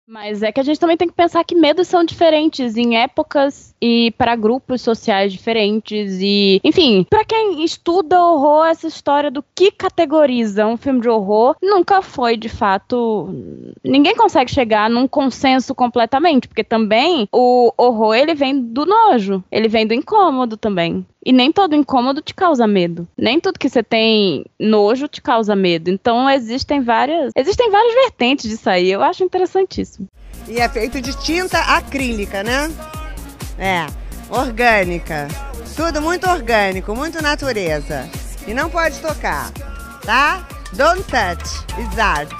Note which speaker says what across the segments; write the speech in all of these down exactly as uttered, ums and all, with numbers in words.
Speaker 1: Mas é que a gente também tem que pensar que medos são diferentes em épocas e para grupos sociais diferentes e, enfim, para quem estuda horror, essa história do que categoriza um filme de horror nunca foi, de fato, ninguém consegue chegar num consenso completamente, porque também o horror, ele vem do nojo, ele vem do incômodo também. E nem todo incômodo te causa medo. Nem tudo que você tem nojo te causa medo. Então existem várias, existem várias vertentes disso aí. Eu acho interessantíssimo.
Speaker 2: E é feito de tinta acrílica, né? É, orgânica. Tudo muito orgânico, muito natureza. E não pode tocar, tá? Don't touch, it's art.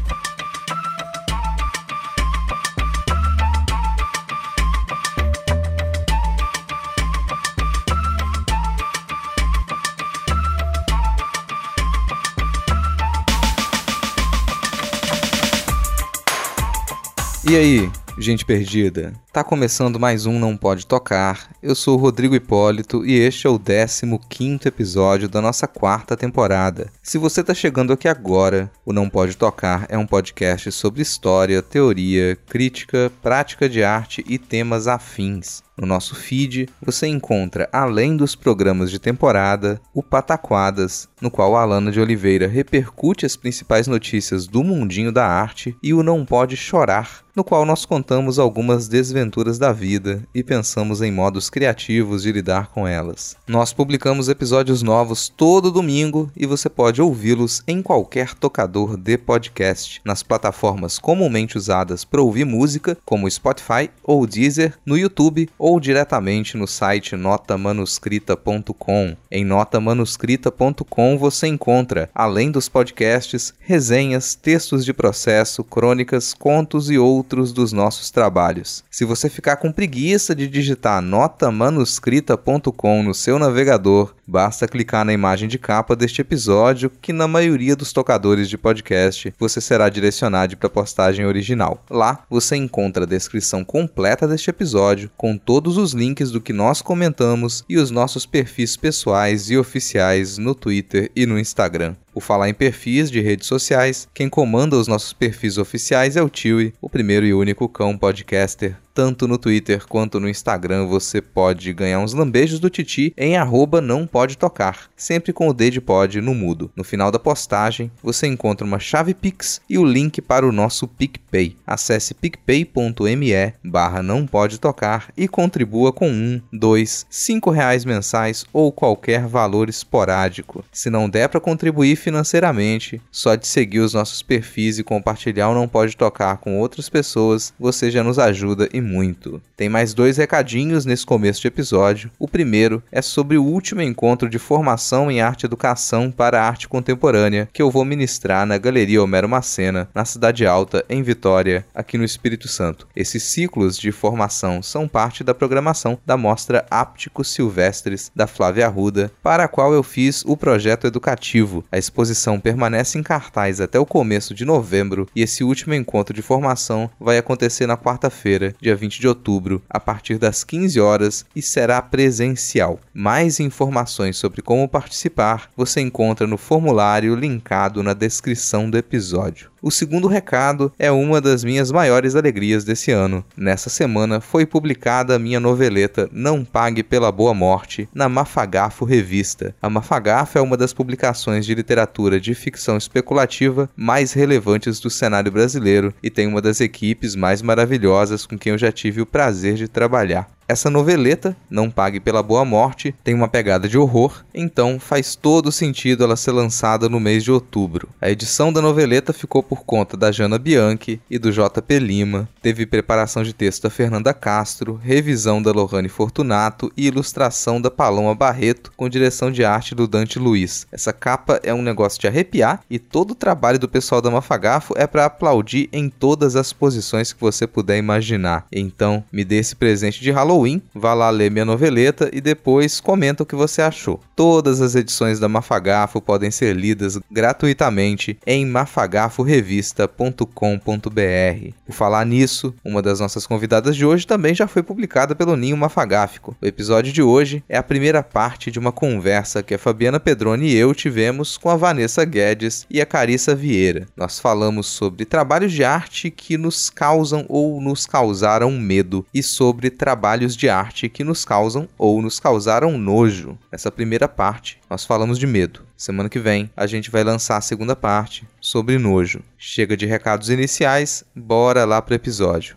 Speaker 3: E aí, gente perdida? Tá começando mais um Não Pode Tocar. Eu sou o Rodrigo Hipólito e este é o décimo quinto episódio da nossa quarta temporada. Se você tá chegando aqui agora, o Não Pode Tocar é um podcast sobre história, teoria, crítica, prática de arte e temas afins. No nosso feed, você encontra, além dos programas de temporada, o Pataquadas, no qual a Alana de Oliveira repercute as principais notícias do mundinho da arte, e o Não Pode Chorar, no qual nós contamos algumas desventuras da vida e pensamos em modos criativos de lidar com elas. Nós publicamos episódios novos todo domingo e você pode ouvi-los em qualquer tocador de podcast, nas plataformas comumente usadas para ouvir música, como o Spotify ou o Deezer, no YouTube ou diretamente no site nota manuscrita ponto com. Em nota manuscrita ponto com você encontra, além dos podcasts, resenhas, textos de processo, crônicas, contos e outros dos nossos trabalhos. Se você ficar com preguiça de digitar nota manuscrita ponto com no seu navegador, basta clicar na imagem de capa deste episódio, que na maioria dos tocadores de podcast você será direcionado para a postagem original. Lá você encontra a descrição completa deste episódio, com todos os links do que nós comentamos e os nossos perfis pessoais e oficiais no Twitter e no Instagram. Por falar em perfis de redes sociais, quem comanda os nossos perfis oficiais é o Tiwi, o primeiro e único cão podcaster. Tanto no Twitter quanto no Instagram você pode ganhar uns lambejos do Titi em arroba não pode tocar, sempre com o D de pod no mudo. No final da postagem, você encontra uma chave Pix e o link para o nosso PicPay. Acesse picpay.me barra não pode tocar e contribua com um, dois, cinco reais mensais ou qualquer valor esporádico. Se não der para contribuir financeiramente, só de seguir os nossos perfis e compartilhar o Não Pode Tocar com outras pessoas, você já nos ajuda e muito. Tem mais dois recadinhos nesse começo de episódio. O primeiro é sobre o último encontro de formação em arte e educação para a arte contemporânea que eu vou ministrar na Galeria Homero Macena, na Cidade Alta, em Vitória, aqui no Espírito Santo. Esses ciclos de formação são parte da programação da Mostra Ápticos Silvestres da Flávia Arruda, para a qual eu fiz o projeto educativo. A exposição permanece em cartaz até o começo de novembro e esse último encontro de formação vai acontecer na quarta-feira, dia vinte de outubro, a partir das quinze horas e será presencial. Mais informações sobre como participar você encontra no formulário linkado na descrição do episódio. O segundo recado é uma das minhas maiores alegrias desse ano. Nessa semana foi publicada a minha noveleta Não Pague Pela Boa Morte na Mafagafo Revista. A Mafagafo é uma das publicações de literatura de ficção especulativa mais relevantes do cenário brasileiro e tem uma das equipes mais maravilhosas com quem eu já tive o prazer de trabalhar. Essa noveleta, Não Pague Pela Boa Morte, tem uma pegada de horror, então faz todo sentido ela ser lançada no mês de outubro. A edição da noveleta ficou por conta da Jana Bianchi e do J P Lima, teve preparação de texto da Fernanda Castro, revisão da Lohane Fortunato e ilustração da Paloma Barreto, com direção de arte do Dante Luiz. Essa capa é um negócio de arrepiar e todo o trabalho do pessoal da Mafagafo é para aplaudir em todas as posições que você puder imaginar. Então, me dê esse presente de Halloween Halloween. Vá lá ler minha noveleta e depois comenta o que você achou. Todas as edições da Mafagafo podem ser lidas gratuitamente em mafagafo revista ponto com ponto b r. Por falar nisso, uma das nossas convidadas de hoje também já foi publicada pelo Ninho Mafagáfico. O episódio de hoje é a primeira parte de uma conversa que a Fabiana Pedroni e eu tivemos com a Vanessa Guedes e a Carissa Vieira. Nós falamos sobre trabalhos de arte que nos causam ou nos causaram medo e sobre trabalhos de arte que nos causam ou nos causaram nojo. Essa primeira parte, nós falamos de medo. Semana que vem, a gente vai lançar a segunda parte sobre nojo. Chega de recados iniciais, bora lá pro episódio.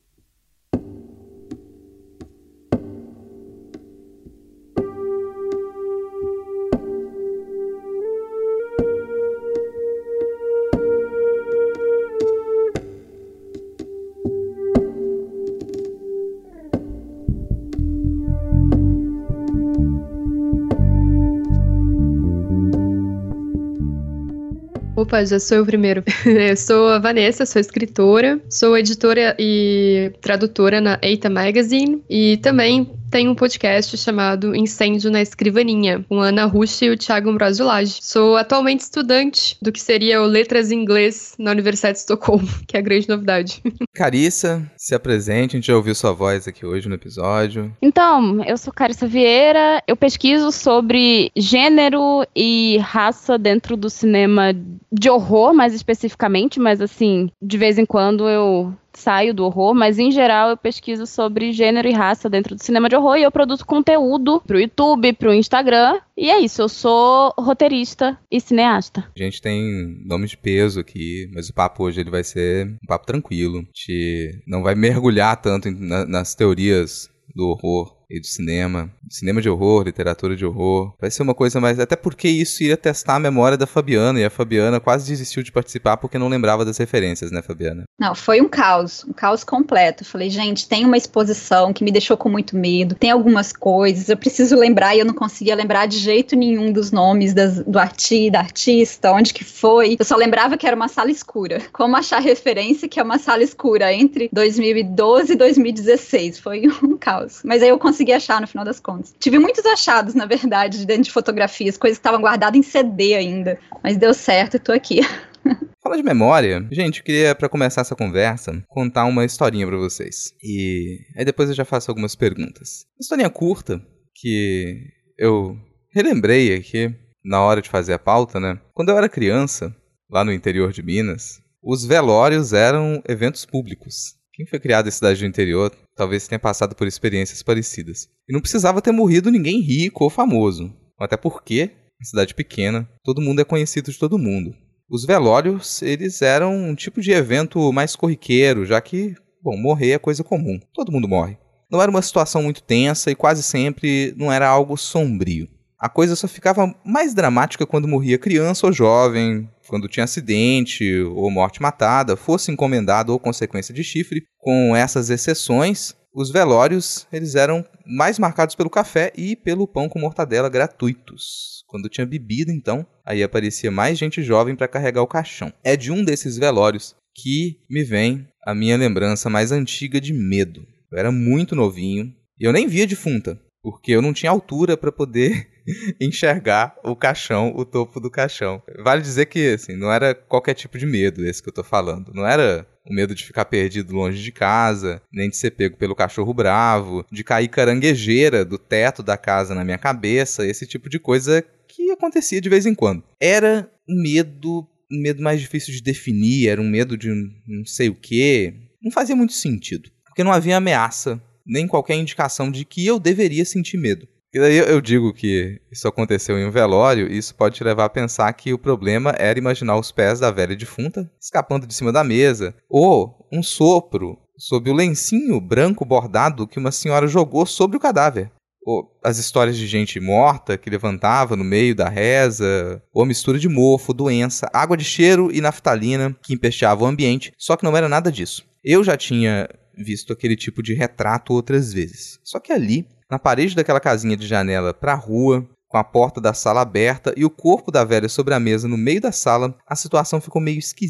Speaker 4: Opa, já sou eu primeiro. Eu sou a Vanessa, sou escritora, sou editora e tradutora na Eita Magazine e também tenho um podcast chamado Incêndio na Escrivaninha, com a Ana Rush e o Thiago Ambrosio Lage. Sou atualmente estudante do que seria o Letras em Inglês na Universidade de Estocolmo, que é a grande novidade.
Speaker 3: Carissa, se apresente, a gente já ouviu sua voz aqui hoje no episódio.
Speaker 1: Então, eu sou Carissa Vieira, eu pesquiso sobre gênero e raça dentro do cinema de horror, mais especificamente, mas assim, de vez em quando eu saio do horror, mas em geral eu pesquiso sobre gênero e raça dentro do cinema de horror e eu produzo conteúdo pro YouTube, pro Instagram, e é isso, eu sou roteirista e cineasta.
Speaker 3: A gente tem nome de peso aqui, mas o papo hoje ele vai ser um papo tranquilo, a gente não vai mergulhar tanto em, na, nas teorias do horror e do cinema, cinema de horror, literatura de horror. Vai ser uma coisa mais... Até porque isso ia testar a memória da Fabiana, e a Fabiana quase desistiu de participar porque não lembrava das referências, né, Fabiana?
Speaker 5: Não, foi um caos, um caos completo. Eu falei, gente, tem uma exposição que me deixou com muito medo, tem algumas coisas, eu preciso lembrar, e eu não conseguia lembrar de jeito nenhum dos nomes das, do arti, da artista, onde que foi. Eu só lembrava que era uma sala escura. Como achar referência que é uma sala escura entre dois mil e doze e dois mil e dezesseis? Foi um caos. Mas aí eu consegui consegui achar no final das contas. Tive muitos achados, na verdade, dentro de fotografias, coisas que estavam guardadas em C D ainda. Mas deu certo e tô aqui.
Speaker 3: Fala de memória. Gente, eu queria, pra começar essa conversa, contar uma historinha pra vocês. E aí depois eu já faço algumas perguntas. Uma historinha curta que eu relembrei aqui na hora de fazer a pauta, né? Quando eu era criança, lá no interior de Minas, os velórios eram eventos públicos. Quem foi criado em cidade do interior talvez tenha passado por experiências parecidas. E não precisava ter morrido ninguém rico ou famoso. Até porque, em cidade pequena, todo mundo é conhecido de todo mundo. Os velórios, eles eram um tipo de evento mais corriqueiro, já que, bom, morrer é coisa comum. Todo mundo morre. Não era uma situação muito tensa e quase sempre não era algo sombrio. A coisa só ficava mais dramática quando morria criança ou jovem, quando tinha acidente ou morte matada, fosse encomendado ou consequência de chifre. Com essas exceções, os velórios eles eram mais marcados pelo café e pelo pão com mortadela gratuitos. Quando tinha bebida, então, aí aparecia mais gente jovem para carregar o caixão. É de um desses velórios que me vem a minha lembrança mais antiga de medo. Eu era muito novinho e eu nem via defunta, porque eu não tinha altura para poder enxergar o caixão, o topo do caixão. Vale dizer que, assim, não era qualquer tipo de medo esse que eu tô falando. Não era o medo de ficar perdido longe de casa, nem de ser pego pelo cachorro bravo, de cair caranguejeira do teto da casa na minha cabeça, esse tipo de coisa que acontecia de vez em quando. Era um medo, um medo mais difícil de definir, era um medo de um, não sei o quê. Não fazia muito sentido, porque não havia ameaça, nem qualquer indicação de que eu deveria sentir medo. E daí eu digo que isso aconteceu em um velório, e isso pode te levar a pensar que o problema era imaginar os pés da velha defunta escapando de cima da mesa, ou um sopro sob o lencinho branco bordado que uma senhora jogou sobre o cadáver. Ou as histórias de gente morta que levantava no meio da reza, ou a mistura de mofo, doença, água de cheiro e naftalina que empesteava o ambiente, só que não era nada disso. Eu já tinha visto aquele tipo de retrato outras vezes, só que ali, na parede daquela casinha de janela para a rua, com a porta da sala aberta e o corpo da velha sobre a mesa no meio da sala, a situação ficou meio esquisita.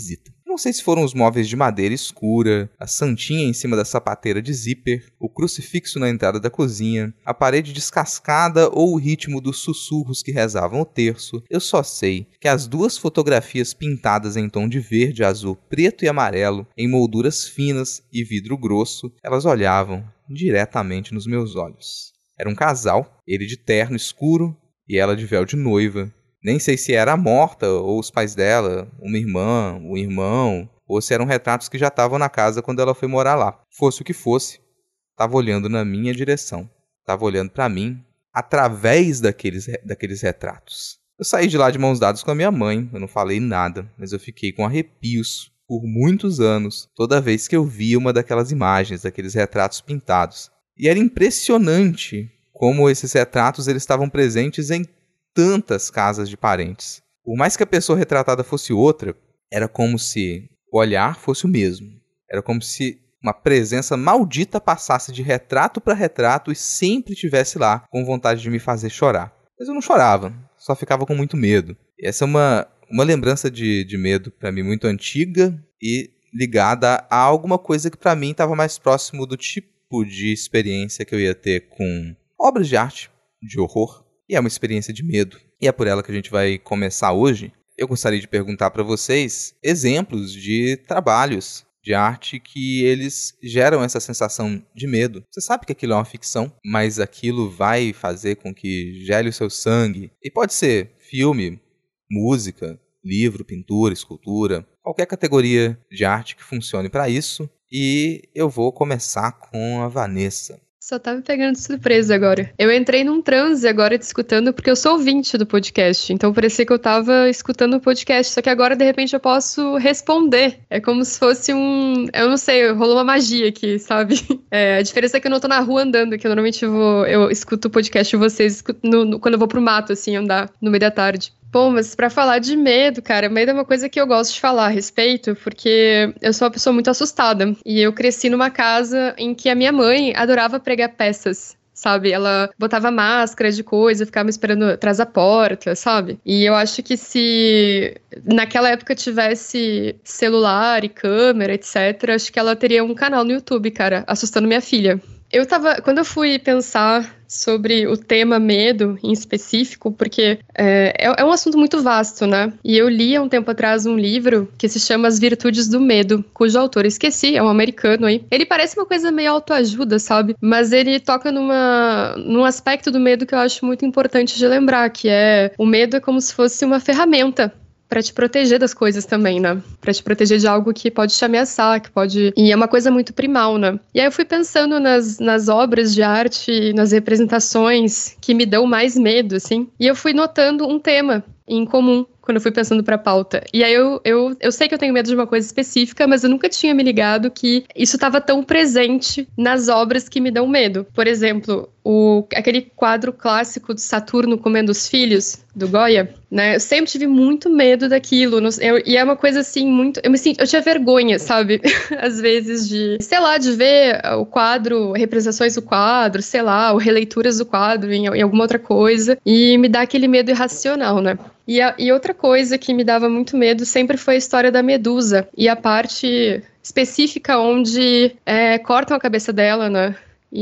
Speaker 3: Não sei se foram os móveis de madeira escura, a santinha em cima da sapateira de zíper, o crucifixo na entrada da cozinha, a parede descascada ou o ritmo dos sussurros que rezavam o terço. Eu só sei que as duas fotografias pintadas em tom de verde, azul, preto e amarelo, em molduras finas e vidro grosso, elas olhavam diretamente nos meus olhos. Era um casal, ele de terno escuro e ela de véu de noiva. Nem sei se era a morta ou os pais dela, uma irmã, um irmão, ou se eram retratos que já estavam na casa quando ela foi morar lá. Fosse o que fosse, estava olhando na minha direção. Estava olhando para mim através daqueles, daqueles retratos. Eu saí de lá de mãos dadas com a minha mãe, eu não falei nada, mas eu fiquei com arrepios por muitos anos, toda vez que eu via uma daquelas imagens, daqueles retratos pintados. E era impressionante como esses retratos eles estavam presentes em tantas casas de parentes. Por mais que a pessoa retratada fosse outra, era como se o olhar fosse o mesmo. Era como se uma presença maldita passasse de retrato para retrato e sempre estivesse lá com vontade de me fazer chorar. Mas eu não chorava, só ficava com muito medo. E essa é uma, uma lembrança de, de medo para mim muito antiga e ligada a alguma coisa que para mim estava mais próximo do tipo de experiência que eu ia ter com obras de arte, de horror. E é uma experiência de medo. E é por ela que a gente vai começar hoje. Eu gostaria de perguntar para vocês exemplos de trabalhos de arte que eles geram essa sensação de medo. Você sabe que aquilo é uma ficção, mas aquilo vai fazer com que gele o seu sangue. E pode ser filme, música, livro, pintura, escultura, qualquer categoria de arte que funcione para isso. E eu vou começar com a Vanessa.
Speaker 4: Só tá me pegando de surpresa agora. Eu entrei num transe agora te escutando, porque eu sou ouvinte do podcast. Então parecia que eu tava escutando o podcast. Só que agora, de repente, eu posso responder. É como se fosse um... Eu não sei, rolou uma magia aqui, sabe? É, a diferença é que eu não tô na rua andando, que eu normalmente vou... Eu escuto o podcast de vocês escuto no, no, quando eu vou pro mato, assim, andar no meio da tarde. Bom, mas pra falar de medo, cara, medo é uma coisa que eu gosto de falar a respeito, porque eu sou uma pessoa muito assustada. E eu cresci numa casa em que a minha mãe adorava pregar peças, sabe? Ela botava máscara de coisa, ficava me esperando atrás da porta, sabe? E eu acho que se naquela época tivesse celular e câmera, etcétera, acho que ela teria um canal no YouTube, cara, assustando minha filha. Eu tava, quando eu fui pensar sobre o tema medo em específico, porque é, é um assunto muito vasto, né? E eu li há um tempo atrás um livro que se chama As Virtudes do Medo, cujo autor eu esqueci, é um americano aí. Ele parece uma coisa meio autoajuda, sabe? Mas ele toca numa, num aspecto do medo que eu acho muito importante de lembrar, que é o medo é como se fosse uma ferramenta pra te proteger das coisas também, né? Pra te proteger de algo que pode te ameaçar, que pode... E é uma coisa muito primal, né? E aí eu fui pensando nas, nas obras de arte, nas representações que me dão mais medo, assim. E eu fui notando um tema em comum quando eu fui pensando pra pauta. E aí eu, eu, eu sei que eu tenho medo de uma coisa específica, mas eu nunca tinha me ligado que isso estava tão presente nas obras que me dão medo. Por exemplo, o, aquele quadro clássico de Saturno comendo os filhos, do Goya, né? Eu sempre tive muito medo daquilo. Eu, e é uma coisa assim, muito... Eu me senti, eu tinha vergonha, sabe? Às vezes de, sei lá, de ver o quadro, representações do quadro, sei lá, ou releituras do quadro em, em alguma outra coisa. E me dá aquele medo irracional, né? E, a, e outra coisa que me dava muito medo sempre foi a história da Medusa. E a parte específica onde é, cortam a cabeça dela, né?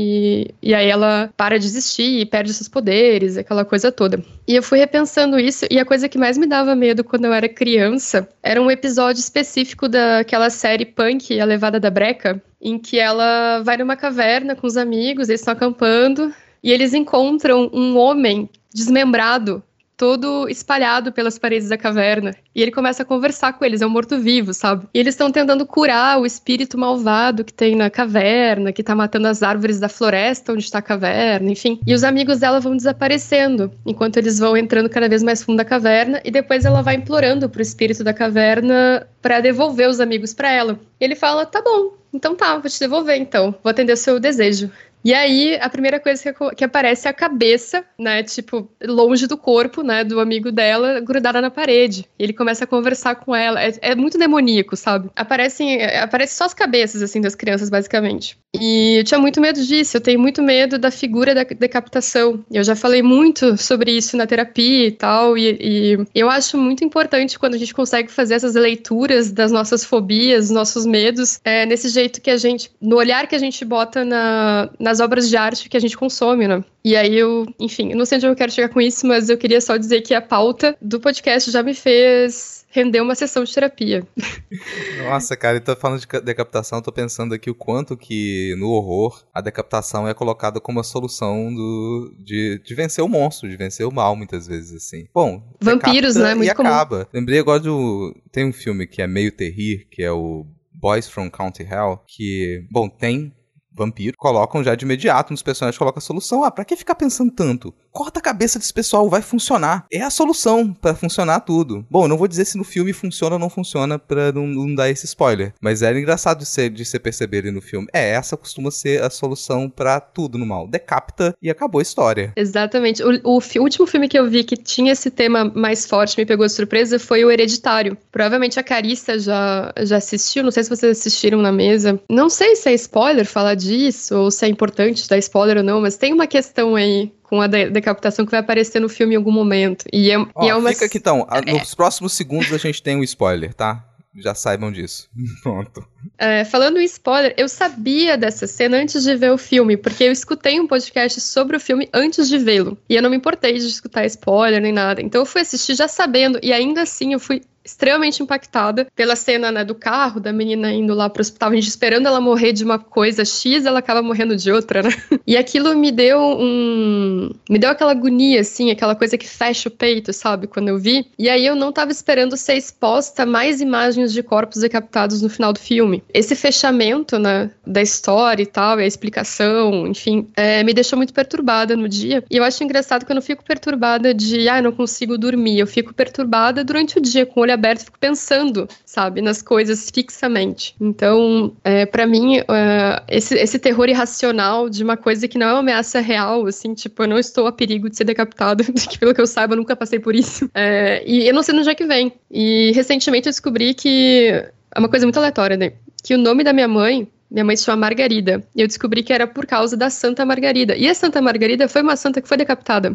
Speaker 4: E, e aí ela para de existir e perde seus poderes, aquela coisa toda. E eu fui repensando isso, e a coisa que mais me dava medo quando eu era criança era um episódio específico daquela série Punk, A Levada da Breca, em que ela vai numa caverna com os amigos, eles estão acampando, e eles encontram um homem desmembrado, todo espalhado pelas paredes da caverna. E ele começa a conversar com eles, é um morto-vivo, sabe? E eles estão tentando curar o espírito malvado que tem na caverna, que tá matando as árvores da floresta onde está a caverna, enfim. E os amigos dela vão desaparecendo, enquanto eles vão entrando cada vez mais fundo da caverna, e depois ela vai implorando pro espírito da caverna pra devolver os amigos pra ela. E ele fala, tá bom, então tá, vou te devolver então, vou atender o seu desejo. E aí, a primeira coisa que, que aparece é a cabeça, né, tipo, longe do corpo, né, do amigo dela, grudada na parede. E ele começa a conversar com ela. É, é muito demoníaco, sabe? Aparecem, aparecem só as cabeças, assim, das crianças, basicamente. E eu tinha muito medo disso. Eu tenho muito medo da figura da decapitação. Eu já falei muito sobre isso na terapia e tal, e, e eu acho muito importante quando a gente consegue fazer essas leituras das nossas fobias, nossos medos, é, nesse jeito que a gente, no olhar que a gente bota na, nas obras de arte que a gente consome, né? E aí eu, enfim, eu não sei onde eu quero chegar com isso, mas eu queria só dizer que a pauta do podcast já me fez render uma sessão de terapia.
Speaker 3: Nossa, cara, e tô falando de decapitação, tô pensando aqui o quanto que no horror a decapitação é colocada como a solução do, de, de vencer o monstro, de vencer o mal, muitas vezes, assim. Bom,
Speaker 4: vampiros, né? Muito
Speaker 3: e
Speaker 4: comum.
Speaker 3: Acaba. Lembrei agora do... Tem um filme que é meio terrir, que é o Boys from County Hell, que, bom, tem vampiro, colocam já de imediato nos personagens, colocam a solução. Ah, pra que ficar pensando tanto? Corta a cabeça desse pessoal, vai funcionar. É a solução pra funcionar tudo. Bom, eu não vou dizer se no filme funciona ou não funciona pra não, não dar esse spoiler, mas era engraçado de você de você perceber no filme. É, essa costuma ser a solução pra tudo no mal. Decapita e acabou a história.
Speaker 4: Exatamente. O, o, o último filme que eu vi que tinha esse tema mais forte, me pegou de surpresa, foi o Hereditário. Provavelmente a Carissa já, já assistiu, não sei se vocês assistiram na mesa. Não sei se é spoiler falar disso, ou se é importante dar spoiler ou não, mas tem uma questão aí com a de- decapitação que vai aparecer no filme em algum momento. E é,
Speaker 3: Ó,
Speaker 4: e é uma...
Speaker 3: Fica aqui então, a, nos próximos segundos a gente tem um spoiler, tá? Já saibam disso. Pronto.
Speaker 4: É, falando em spoiler, eu sabia dessa cena antes de ver o filme, porque eu escutei um podcast sobre o filme antes de vê-lo. E eu não me importei de escutar spoiler nem nada. Então eu fui assistir já sabendo, e ainda assim eu fui extremamente impactada pela cena, né, do carro, da menina indo lá pro hospital, a gente esperando ela morrer de uma coisa X, ela acaba morrendo de outra, né? E aquilo me deu um... me deu aquela agonia, assim, aquela coisa que fecha o peito, sabe, quando eu vi. E aí eu não tava esperando ser exposta a mais imagens de corpos decapitados no final do filme. Esse fechamento, né, da história e tal, a explicação, enfim, é, me deixou muito perturbada no dia. E eu acho engraçado que eu não fico perturbada de, ah, não consigo dormir. Eu fico perturbada durante o dia, com o olho aberto, fico pensando, sabe, nas coisas fixamente. Então, é, pra mim, é, esse, esse terror irracional de uma coisa que não é uma ameaça real, assim, tipo, eu não estou a perigo de ser decapitada, que pelo que eu saiba, eu nunca passei por isso. É, e eu não sei de onde é que vem. E recentemente eu descobri que é uma coisa muito aleatória, né? Que o nome da minha mãe, minha mãe se chama Margarida, e eu descobri que era por causa da Santa Margarida. E a Santa Margarida foi uma santa que foi decapitada.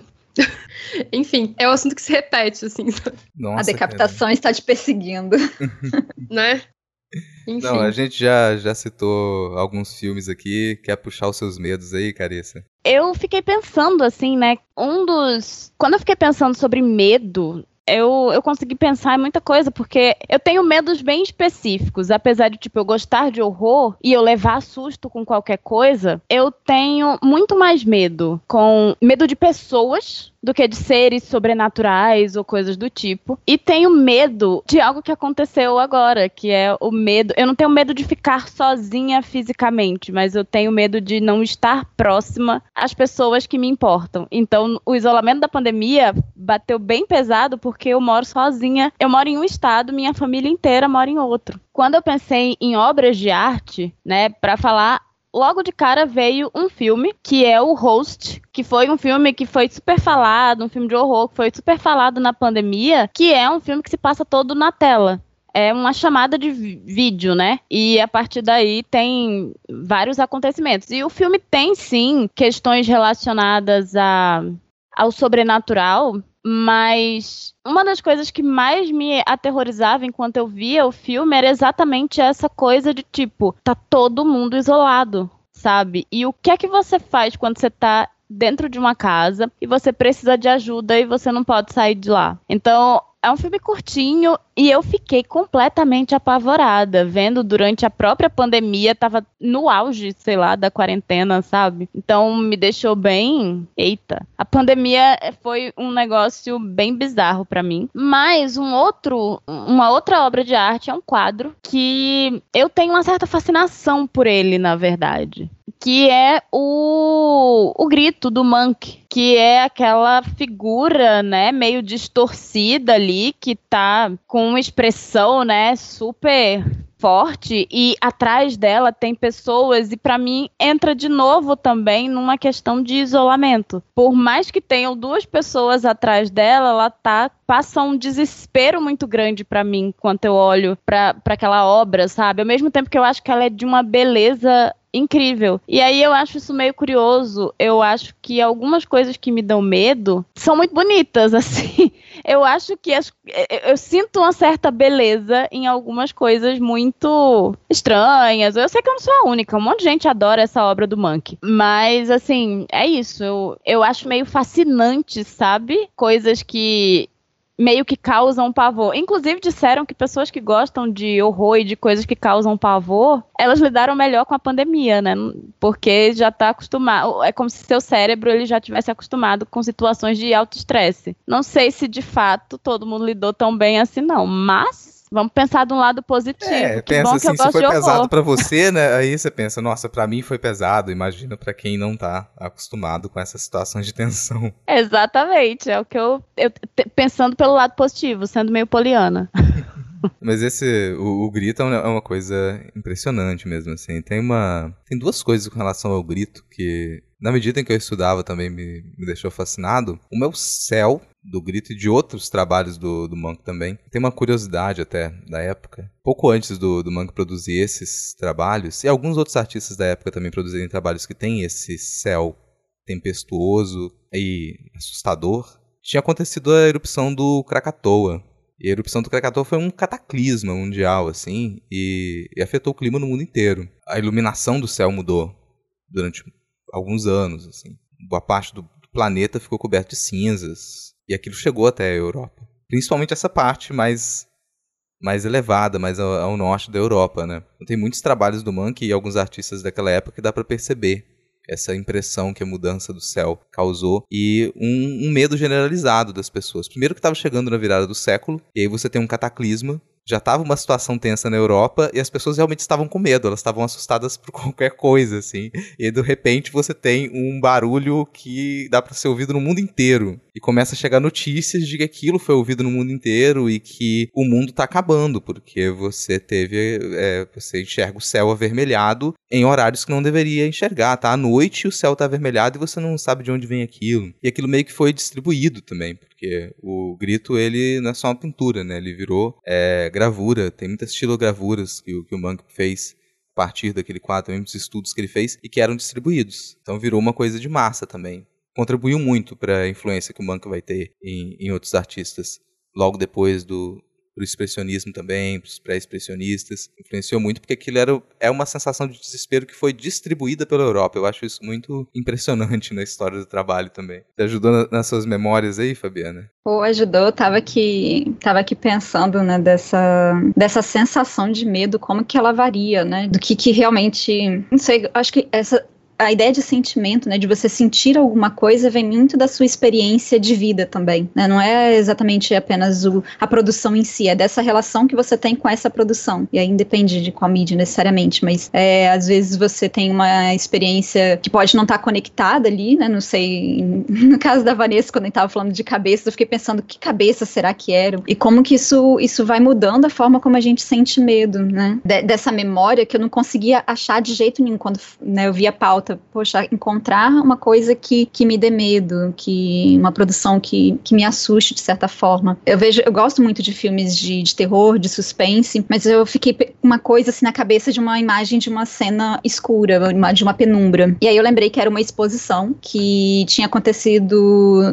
Speaker 4: Enfim, é um assunto que se repete, assim.
Speaker 3: Nossa,
Speaker 5: a decapitação
Speaker 3: cara.
Speaker 5: está te perseguindo.
Speaker 4: Né? Enfim.
Speaker 3: Não, a gente já, já citou alguns filmes aqui. Quer puxar os seus medos aí, Carissa?
Speaker 1: Eu fiquei pensando, assim, né? Um dos... Quando eu fiquei pensando sobre medo... Eu, eu consegui pensar em muita coisa, porque eu tenho medos bem específicos. Apesar de, tipo, eu gostar de horror e eu levar susto com qualquer coisa, eu tenho muito mais medo com medo de pessoas do que de seres sobrenaturais ou coisas do tipo. E tenho medo de algo que aconteceu agora, que é o medo... Eu não tenho medo de ficar sozinha fisicamente, mas eu tenho medo de não estar próxima às pessoas que me importam. Então, o isolamento da pandemia bateu bem pesado porque eu moro sozinha. Eu moro em um estado, minha família inteira mora em outro. Quando eu pensei em obras de arte, né, pra falar... Logo de cara veio um filme, que é o Host, que foi um filme que foi super falado, um filme de horror que foi super falado na pandemia, que é um filme que se passa todo na tela. É uma chamada de vídeo, né? E a partir daí tem vários acontecimentos. E o filme tem, sim, questões relacionadas a, ao sobrenatural, mas uma das coisas que mais me aterrorizava enquanto eu via o filme era exatamente essa coisa de, tipo, tá todo mundo isolado, sabe? E o que é que você faz quando você tá dentro de uma casa e você precisa de ajuda e você não pode sair de lá? Então... É um filme curtinho e eu fiquei completamente apavorada, vendo durante a própria pandemia, tava no auge, sei lá, da quarentena, sabe? Então me deixou bem... Eita! A pandemia foi um negócio bem bizarro pra mim. Mas um outro, uma outra obra de arte é um quadro que eu tenho uma certa fascinação por ele, na verdade. Que é o, o grito do Monk, que é aquela figura, né, meio distorcida ali, que tá com uma expressão, né, super forte e atrás dela tem pessoas e pra mim entra de novo também numa questão de isolamento. Por mais que tenham duas pessoas atrás dela, ela tá passa um desespero muito grande pra mim enquanto eu olho pra, pra aquela obra, sabe? Ao mesmo tempo que eu acho que ela é de uma beleza incrível. E aí eu acho isso meio curioso. Eu acho que algumas coisas que me dão medo são muito bonitas, assim. Eu acho que as, eu sinto uma certa beleza em algumas coisas muito estranhas. Eu sei que eu não sou a única. Um monte de gente adora essa obra do Mank. Mas, assim, é isso. Eu, eu acho meio fascinante, sabe? Coisas que meio que causam pavor. Inclusive disseram que pessoas que gostam de horror e de coisas que causam pavor, elas lidaram melhor com a pandemia, né? Porque já tá acostumado, é como se seu cérebro ele já tivesse acostumado com situações de alto estresse. Não sei se de fato todo mundo lidou tão bem assim não, mas vamos pensar de um lado positivo.
Speaker 3: É,
Speaker 1: que
Speaker 3: pensa
Speaker 1: bom
Speaker 3: assim,
Speaker 1: que eu
Speaker 3: se foi
Speaker 1: gosto de
Speaker 3: pesado
Speaker 1: horror.
Speaker 3: pra você, né? Aí você pensa, nossa, pra mim foi pesado. Imagina pra quem não tá acostumado com essas situações de tensão.
Speaker 1: Exatamente, é o que eu, eu pensando pelo lado positivo, sendo meio poliana.
Speaker 3: Mas esse, o, o grito é uma, é uma coisa impressionante mesmo, assim. Tem uma, tem duas coisas com relação ao grito que, na medida em que eu estudava, também me, me deixou fascinado. Uma é o céu do grito e de outros trabalhos do, do Mank também. Tem uma curiosidade até da época. Pouco antes do, do Mank produzir esses trabalhos, e alguns outros artistas da época também produzirem trabalhos que têm esse céu tempestuoso e assustador, tinha acontecido a erupção do Krakatoa. E a erupção do Krakatoa foi um cataclisma mundial, assim, e, e afetou o clima no mundo inteiro. A iluminação do céu mudou durante alguns anos, assim. Boa parte do, do planeta ficou coberto de cinzas, e aquilo chegou até a Europa. Principalmente essa parte mais, mais elevada, mais ao, ao norte da Europa, né? Então, tem muitos trabalhos do Mank e alguns artistas daquela época que dá pra perceber essa impressão que a mudança do céu causou e um, um medo generalizado das pessoas. Primeiro que estava chegando na virada do século, e aí você tem um cataclisma, já estava uma situação tensa na Europa e as pessoas realmente estavam com medo, elas estavam assustadas por qualquer coisa, assim. E aí, de repente, você tem um barulho que dá para ser ouvido no mundo inteiro. E começa a chegar notícias de que aquilo foi ouvido no mundo inteiro e que o mundo está acabando, porque você teve, é, você enxerga o céu avermelhado em horários que não deveria enxergar, tá? À noite o céu tá avermelhado e você não sabe de onde vem aquilo. E aquilo meio que foi distribuído também, porque o grito, ele não é só uma pintura, né? Ele virou é, gravura, tem muitas estilogravuras que, que o Mank fez a partir daquele quadro, também muitos estudos que ele fez e que eram distribuídos. Então virou uma coisa de massa também. Contribuiu muito para a influência que o Mank vai ter em, em outros artistas. Logo depois do, do expressionismo também, os pré-expressionistas. Influenciou muito porque aquilo era, é uma sensação de desespero que foi distribuída pela Europa. Eu acho isso muito impressionante na história do trabalho também. Te ajudou na, nas suas memórias aí, Fabiana?
Speaker 5: Pô, ajudou. Eu tava aqui, tava aqui pensando, né, dessa, dessa sensação de medo, como que ela varia, né? Do que que realmente... Não sei, acho que essa... A ideia de sentimento, né, de você sentir alguma coisa, vem muito da sua experiência de vida também, né? Não é exatamente apenas o, a produção em si, é dessa relação que você tem com essa produção. E aí independe de qual mídia necessariamente, mas é, às vezes você tem uma experiência que pode não estar conectada ali, né? Não sei, no caso da Vanessa, quando a gente estava falando de cabeça, eu fiquei pensando que cabeça será que era? E como que isso, isso vai mudando a forma como a gente sente medo, né? De, dessa memória que eu não conseguia achar de jeito nenhum quando, né, eu via a pauta. Poxa, encontrar uma coisa que, que me dê medo, que uma produção que, que me assuste de certa forma. Eu vejo, eu gosto muito de filmes de, de terror, de suspense, mas eu fiquei com uma coisa assim na cabeça de uma imagem de uma cena escura, de uma penumbra. E aí eu lembrei que era uma exposição que tinha acontecido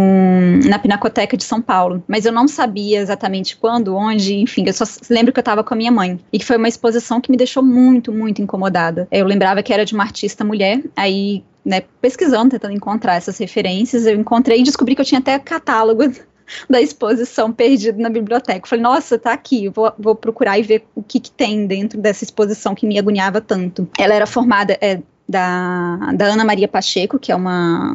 Speaker 5: no, na Pinacoteca de São Paulo, mas eu não sabia exatamente quando, onde, enfim, eu só lembro que eu estava com a minha mãe, e que foi uma exposição que me deixou muito, muito incomodada. Eu lembrava que era de uma artista mulher. Aí, né, pesquisando, tentando encontrar essas referências, eu encontrei e descobri que eu tinha até catálogo da exposição perdido na biblioteca. Falei, nossa, tá aqui, vou, vou procurar e ver o que, que tem dentro dessa exposição que me agoniava tanto. Ela era formada... É, Da, da Ana Maria Pacheco, que é uma,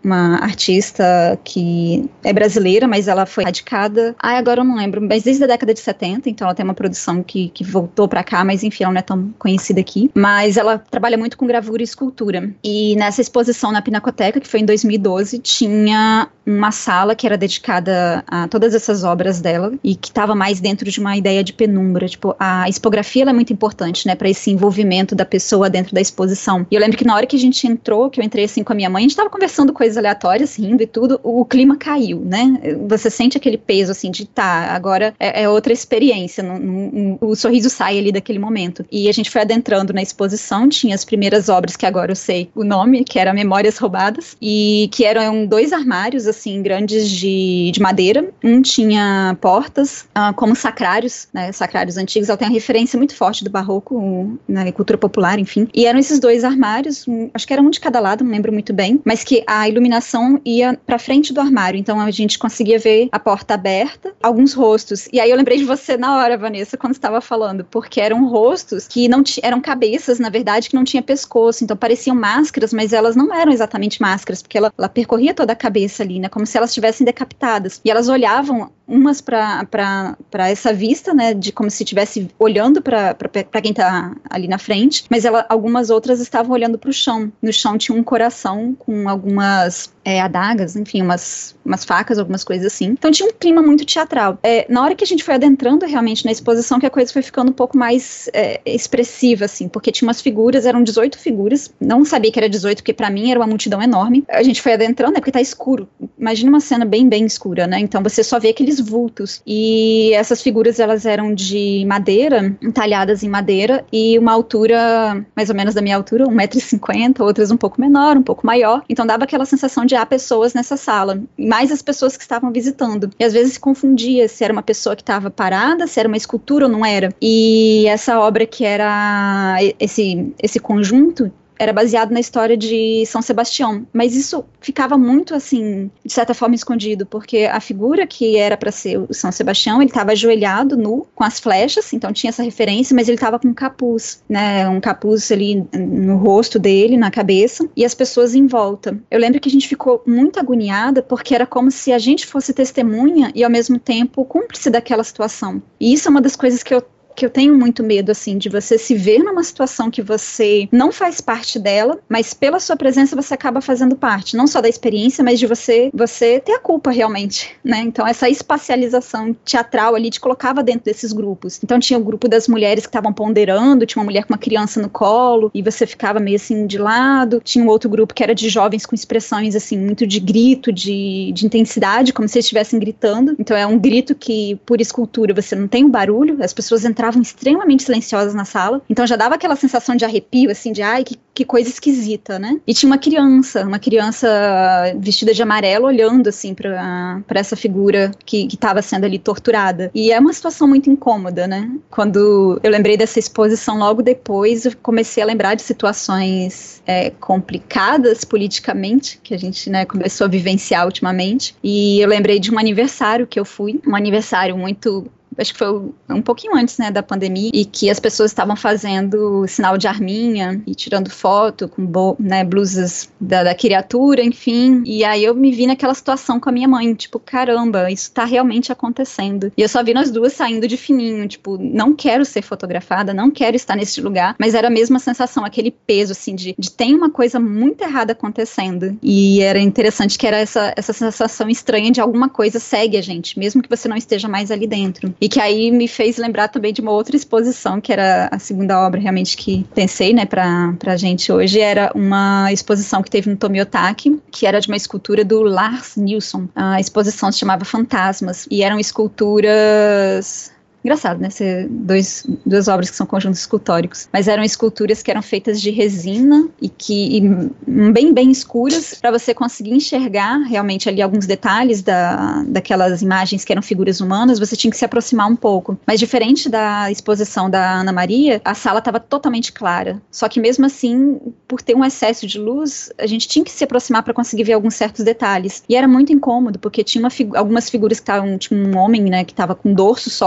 Speaker 5: uma artista que é brasileira, mas ela foi radicada, ah, agora eu não lembro, mas desde a década de setenta, então ela tem uma produção que, que voltou pra cá, mas enfim, ela não é tão conhecida aqui, mas ela trabalha muito com gravura e escultura, e nessa exposição na Pinacoteca, que foi em dois mil e doze, tinha uma sala que era dedicada a todas essas obras dela, e que estava mais dentro de uma ideia de penumbra, tipo, a expografia ela é muito importante, né, para esse envolvimento da pessoa dentro da exposição. E eu lembro que na hora que a gente entrou, que eu entrei assim com a minha mãe, a gente tava conversando coisas aleatórias, rindo e tudo, o clima caiu, né? Você sente aquele peso assim de tá, agora é, é outra experiência, não, não, o sorriso sai ali daquele momento. E a gente foi adentrando na exposição, tinha as primeiras obras que agora eu sei o nome, que era Memórias Roubadas, e que eram dois armários assim, grandes de, de madeira, um tinha portas, uh, como sacrários, né, sacrários antigos, ela tem uma referência muito forte do barroco, na cultura popular, enfim, e eram esses dois armários, um, acho que era um de cada lado, não lembro muito bem, mas que a iluminação ia pra frente do armário, então a gente conseguia ver a porta aberta, alguns rostos, e aí eu lembrei de você na hora, Vanessa, quando estava falando, porque eram rostos que não t- eram cabeças, na verdade, que não tinha pescoço, então pareciam máscaras, mas elas não eram exatamente máscaras, porque ela, ela percorria toda a cabeça ali, né, como se elas estivessem decapitadas, e elas olhavam umas para essa vista, né, de como se estivesse olhando para quem está ali na frente, mas ela, algumas outras estavam olhando para o chão. No chão tinha um coração com algumas é, adagas, enfim, umas, umas facas, algumas coisas assim. Então tinha um clima muito teatral. É, na hora que a gente foi adentrando realmente na exposição, que a coisa foi ficando um pouco mais é, expressiva, assim, porque tinha umas figuras, eram dezoito figuras, não sabia que era dezoito, porque para mim era uma multidão enorme. A gente foi adentrando, né, porque tá escuro. Imagina uma cena bem, bem escura, né, então você só vê aqueles vultos, e essas figuras elas eram de madeira, entalhadas em madeira, e uma altura mais ou menos da minha altura, um metro e cinquenta, outras um pouco menor, um pouco maior, então dava aquela sensação de há pessoas nessa sala, e mais as pessoas que estavam visitando, e às vezes se confundia se era uma pessoa que estava parada, se era uma escultura ou não era, e essa obra que era esse, esse conjunto era baseado na história de São Sebastião, mas isso ficava muito assim, de certa forma escondido, porque a figura que era para ser o São Sebastião, ele estava ajoelhado, nu, com as flechas, então tinha essa referência, mas ele estava com um capuz, né, um capuz ali no rosto dele, na cabeça, e as pessoas em volta. Eu lembro que a gente ficou muito agoniada, porque era como se a gente fosse testemunha e ao mesmo tempo cúmplice daquela situação. E isso é uma das coisas que eu que eu tenho muito medo, assim, de você se ver numa situação que você não faz parte dela, mas pela sua presença você acaba fazendo parte, não só da experiência, mas de você, você ter a culpa realmente, né? Então essa espacialização teatral ali te colocava dentro desses grupos. Então tinha o grupo das mulheres que estavam ponderando, tinha uma mulher com uma criança no colo, e você ficava meio assim de lado, tinha um outro grupo que era de jovens com expressões assim, muito de grito, de, de intensidade, como se eles estivessem gritando. Então é um grito que, por escultura, você não tem um barulho, as pessoas entravam extremamente silenciosas na sala, então já dava aquela sensação de arrepio, assim, de ai, que, que coisa esquisita, né? E tinha uma criança, uma criança vestida de amarelo, olhando, assim, pra, pra essa figura que, que tava sendo ali torturada. E é uma situação muito incômoda, né? Quando eu lembrei dessa exposição, logo depois eu comecei a lembrar de situações é, complicadas politicamente, que a gente, né, começou a vivenciar ultimamente, e eu lembrei de um aniversário que eu fui, um aniversário muito... acho que foi um pouquinho antes, né, da pandemia, e que as pessoas estavam fazendo sinal de arminha e tirando foto com bo- né, blusas da, da criatura, enfim, e aí eu me vi naquela situação com a minha mãe, tipo, caramba, isso tá realmente acontecendo, e eu só vi nós duas saindo de fininho, tipo, não quero ser fotografada, não quero estar nesse lugar, mas era a mesma sensação, aquele peso, assim, de, de tem uma coisa muito errada acontecendo, e era interessante que era essa, essa sensação estranha de alguma coisa segue a gente, mesmo que você não esteja mais ali dentro. E que aí me fez lembrar também de uma outra exposição, que era a segunda obra realmente que pensei, né, pra, pra gente hoje, era uma exposição que teve no Tomiotaki, que era de uma escultura do Lars Nilsson. A exposição se chamava Fantasmas, e eram esculturas... Engraçado, né? Ser dois, duas obras que são conjuntos escultóricos. Mas eram esculturas que eram feitas de resina e que e bem, bem escuras, para você conseguir enxergar realmente ali alguns detalhes da, daquelas imagens que eram figuras humanas, você tinha que se aproximar um pouco. Mas diferente da exposição da Ana Maria, a sala estava totalmente clara. Só que mesmo assim, por ter um excesso de luz, a gente tinha que se aproximar para conseguir ver alguns certos detalhes. E era muito incômodo, porque tinha uma figu- algumas figuras que estavam, tinha um homem, né, que estava com o dorso só surgindo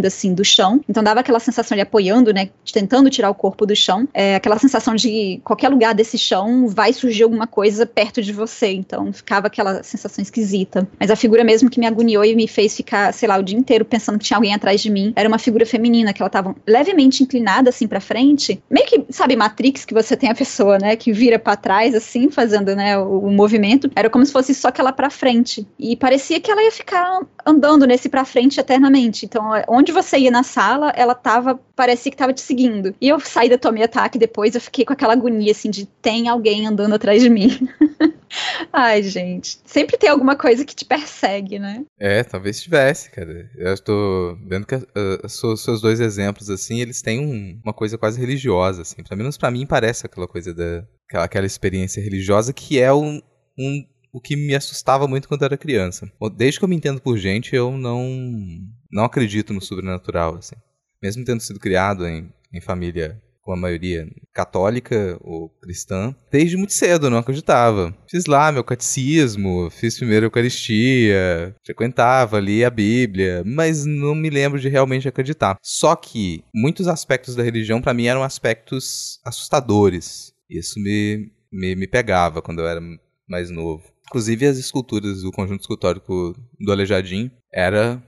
Speaker 5: saindo assim do chão, então dava aquela sensação de apoiando, né, tentando tirar o corpo do chão, é, aquela sensação de qualquer lugar desse chão vai surgir alguma coisa perto de você, então ficava aquela sensação esquisita. Mas a figura mesmo que me agoniou e me fez ficar, sei lá, o dia inteiro pensando que tinha alguém atrás de mim, era uma figura feminina, que ela tava levemente inclinada assim pra frente, meio que, sabe, Matrix, que você tem a pessoa, né, que vira pra trás assim, fazendo, né, o, o movimento, era como se fosse só aquela pra frente, e parecia que ela ia ficar andando nesse pra frente eternamente, então onde você ia na sala, ela tava, parecia que tava te seguindo, e eu saí da Tommy Attack depois, eu fiquei com aquela agonia assim, de tem alguém andando atrás de mim. Ai, gente, sempre tem alguma coisa que te persegue, né?
Speaker 3: É, talvez tivesse, cara. Eu estou vendo que uh, os seus dois exemplos, assim, eles têm um, uma coisa quase religiosa, assim. Pelo menos pra mim parece aquela coisa da... Aquela, aquela experiência religiosa que é um, um, o que me assustava muito quando eu era criança. Desde que eu me entendo por gente, eu não, não acredito no sobrenatural, assim. Mesmo tendo sido criado em, em família... com a maioria católica ou cristã, desde muito cedo eu não acreditava. Fiz lá meu catecismo, fiz primeiro a Eucaristia, frequentava, lia a Bíblia, mas não me lembro de realmente acreditar. Só que muitos aspectos da religião para mim eram aspectos assustadores. Isso me, me, me pegava quando eu era mais novo. Inclusive as esculturas do conjunto escultórico do Aleijadinho era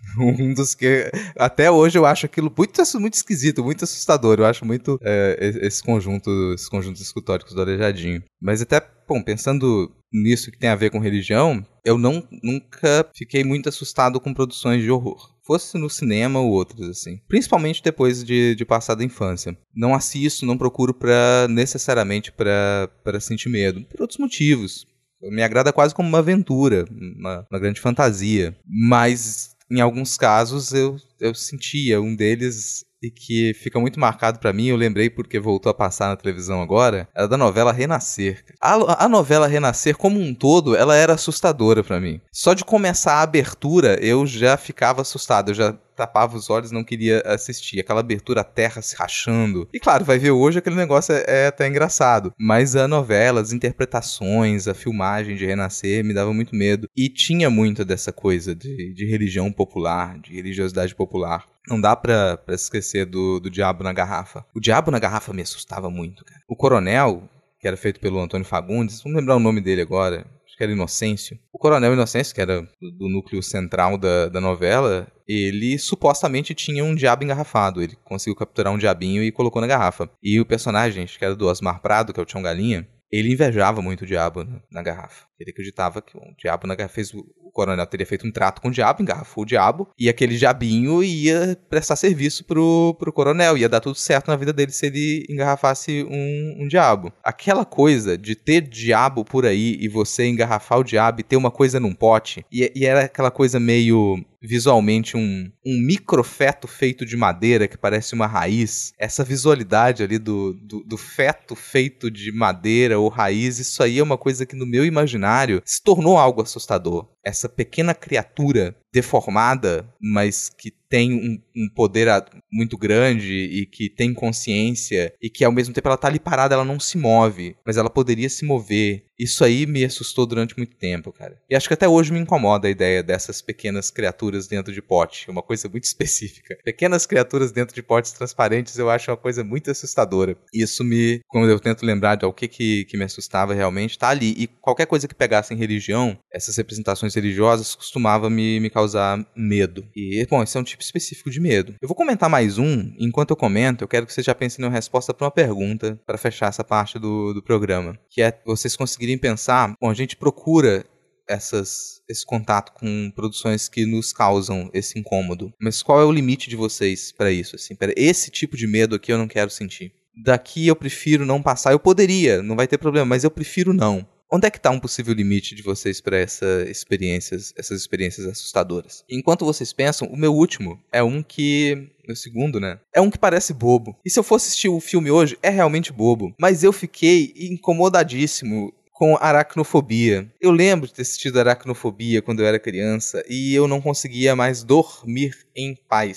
Speaker 3: um dos que até hoje eu acho aquilo muito, muito esquisito, muito assustador. Eu acho muito é, esse conjunto, esses conjuntos escultóricos do Aleijadinho. Mas até, bom, pensando nisso que tem a ver com religião, eu não, nunca fiquei muito assustado com produções de horror. Fosse no cinema ou outras, assim. Principalmente depois de, de passar da infância. Não assisto, não procuro pra, necessariamente para sentir medo. Por outros motivos. Me agrada quase como uma aventura, uma, uma grande fantasia. Mas, em alguns casos, eu, eu sentia um deles e que fica muito marcado pra mim. Eu lembrei porque voltou a passar na televisão agora. Era da novela Renascer. A, a novela Renascer, como um todo, ela era assustadora pra mim. Só de começar a abertura, eu já ficava assustado. Eu já tapava os olhos, não queria assistir. Aquela abertura, a terra se rachando. E claro, vai ver hoje, aquele negócio é, é até engraçado. Mas a novela, as interpretações, a filmagem de Renascer me dava muito medo. E tinha muito dessa coisa de, de religião popular, de religiosidade popular. Não dá pra, pra esquecer do, do Diabo na Garrafa. O Diabo na Garrafa me assustava muito, cara. O Coronel, que era feito pelo Antônio Fagundes, vamos lembrar o nome dele agora, acho que era Inocêncio. O Coronel Inocêncio, que era do, do núcleo central da, da novela, ele supostamente tinha um diabo engarrafado. Ele conseguiu capturar um diabinho e colocou na garrafa. E o personagem, acho que era do Osmar Prado, que é o Tião Galinha, ele invejava muito o diabo na, na garrafa. Ele acreditava que o diabo na garrafa fez... O, o coronel teria feito um trato com o diabo, engarrafou o diabo, e aquele diabinho ia prestar serviço pro, pro coronel. Ia dar tudo certo na vida dele se ele engarrafasse um, um diabo. Aquela coisa de ter diabo por aí e você engarrafar o diabo e ter uma coisa num pote, e, e era aquela coisa meio... visualmente um, um microfeto feito de madeira que parece uma raiz. Essa visualidade ali do, do, do feto feito de madeira ou raiz, isso aí é uma coisa que no meu imaginário se tornou algo assustador. Essa pequena criatura deformada, mas que tem um, um poder muito grande e que tem consciência e que ao mesmo tempo ela tá ali parada, ela não se move, mas ela poderia se mover. Isso aí me assustou durante muito tempo, cara. E acho que até hoje me incomoda a ideia dessas pequenas criaturas dentro de pote, uma coisa muito específica. Pequenas criaturas dentro de potes transparentes eu acho uma coisa muito assustadora. Isso me, quando eu tento lembrar de o que, que, que me assustava realmente, tá ali. E qualquer coisa que pegasse em religião, essas representações religiosas costumava me, me causar medo. E, bom, esse é um tipo específico de medo. Eu vou comentar mais um, e enquanto eu comento, eu quero que você já pense em uma resposta para uma pergunta, para fechar essa parte do, do programa, que é vocês conseguirem pensar, bom, a gente procura essas, esse contato com produções que nos causam esse incômodo, mas qual é o limite de vocês para isso? Assim, para esse tipo de medo aqui eu não quero sentir. Daqui eu prefiro não passar, eu poderia, não vai ter problema, mas eu prefiro não. Onde é que está um possível limite de vocês para essa experiências, essas experiências assustadoras? Enquanto vocês pensam, o meu último é um que... Meu segundo, né? É um que parece bobo. E se eu for assistir o filme hoje, é realmente bobo. Mas eu fiquei incomodadíssimo com aracnofobia. Eu lembro de ter assistido Aracnofobia quando eu era criança e eu não conseguia mais dormir em paz.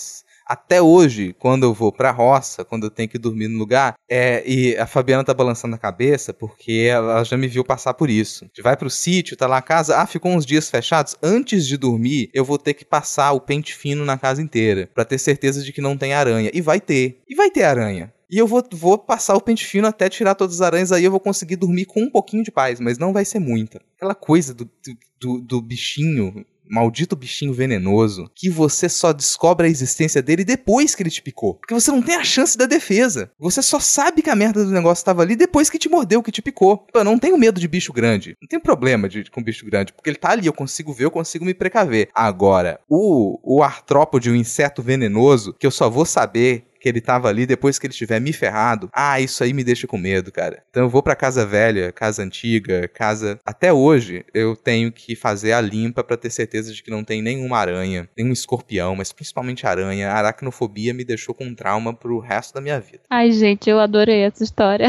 Speaker 3: Até hoje, quando eu vou pra roça, quando eu tenho que dormir no lugar, é, e a Fabiana tá balançando a cabeça, porque ela já me viu passar por isso. A gente vai pro sítio, tá lá a casa, ah, ficou uns dias fechados, antes de dormir, eu vou ter que passar o pente fino na casa inteira, pra ter certeza de que não tem aranha. E vai ter. E vai ter aranha. E eu vou, vou passar o pente fino até tirar todas as aranhas, aí eu vou conseguir dormir com um pouquinho de paz, mas não vai ser muita. Aquela coisa do, do, do bichinho... maldito bichinho venenoso, que você só descobre a existência dele depois que ele te picou. Porque você não tem a chance da defesa. Você só sabe que a merda do negócio estava ali depois que te mordeu, que te picou. Eu não tenho medo de bicho grande. Não tenho problema de, com bicho grande, porque ele tá ali, eu consigo ver, eu consigo me precaver. Agora, o, o artrópode, o inseto venenoso, que eu só vou saber que ele tava ali depois que ele tiver me ferrado, ah, isso aí me deixa com medo, cara. Então eu vou pra casa velha, casa antiga, casa... Até hoje, eu tenho que fazer a limpa pra ter certeza de que não tem nenhuma aranha, nenhum escorpião, mas principalmente aranha. A aracnofobia me deixou com trauma pro resto da minha vida.
Speaker 1: Ai, gente, eu adorei essa história.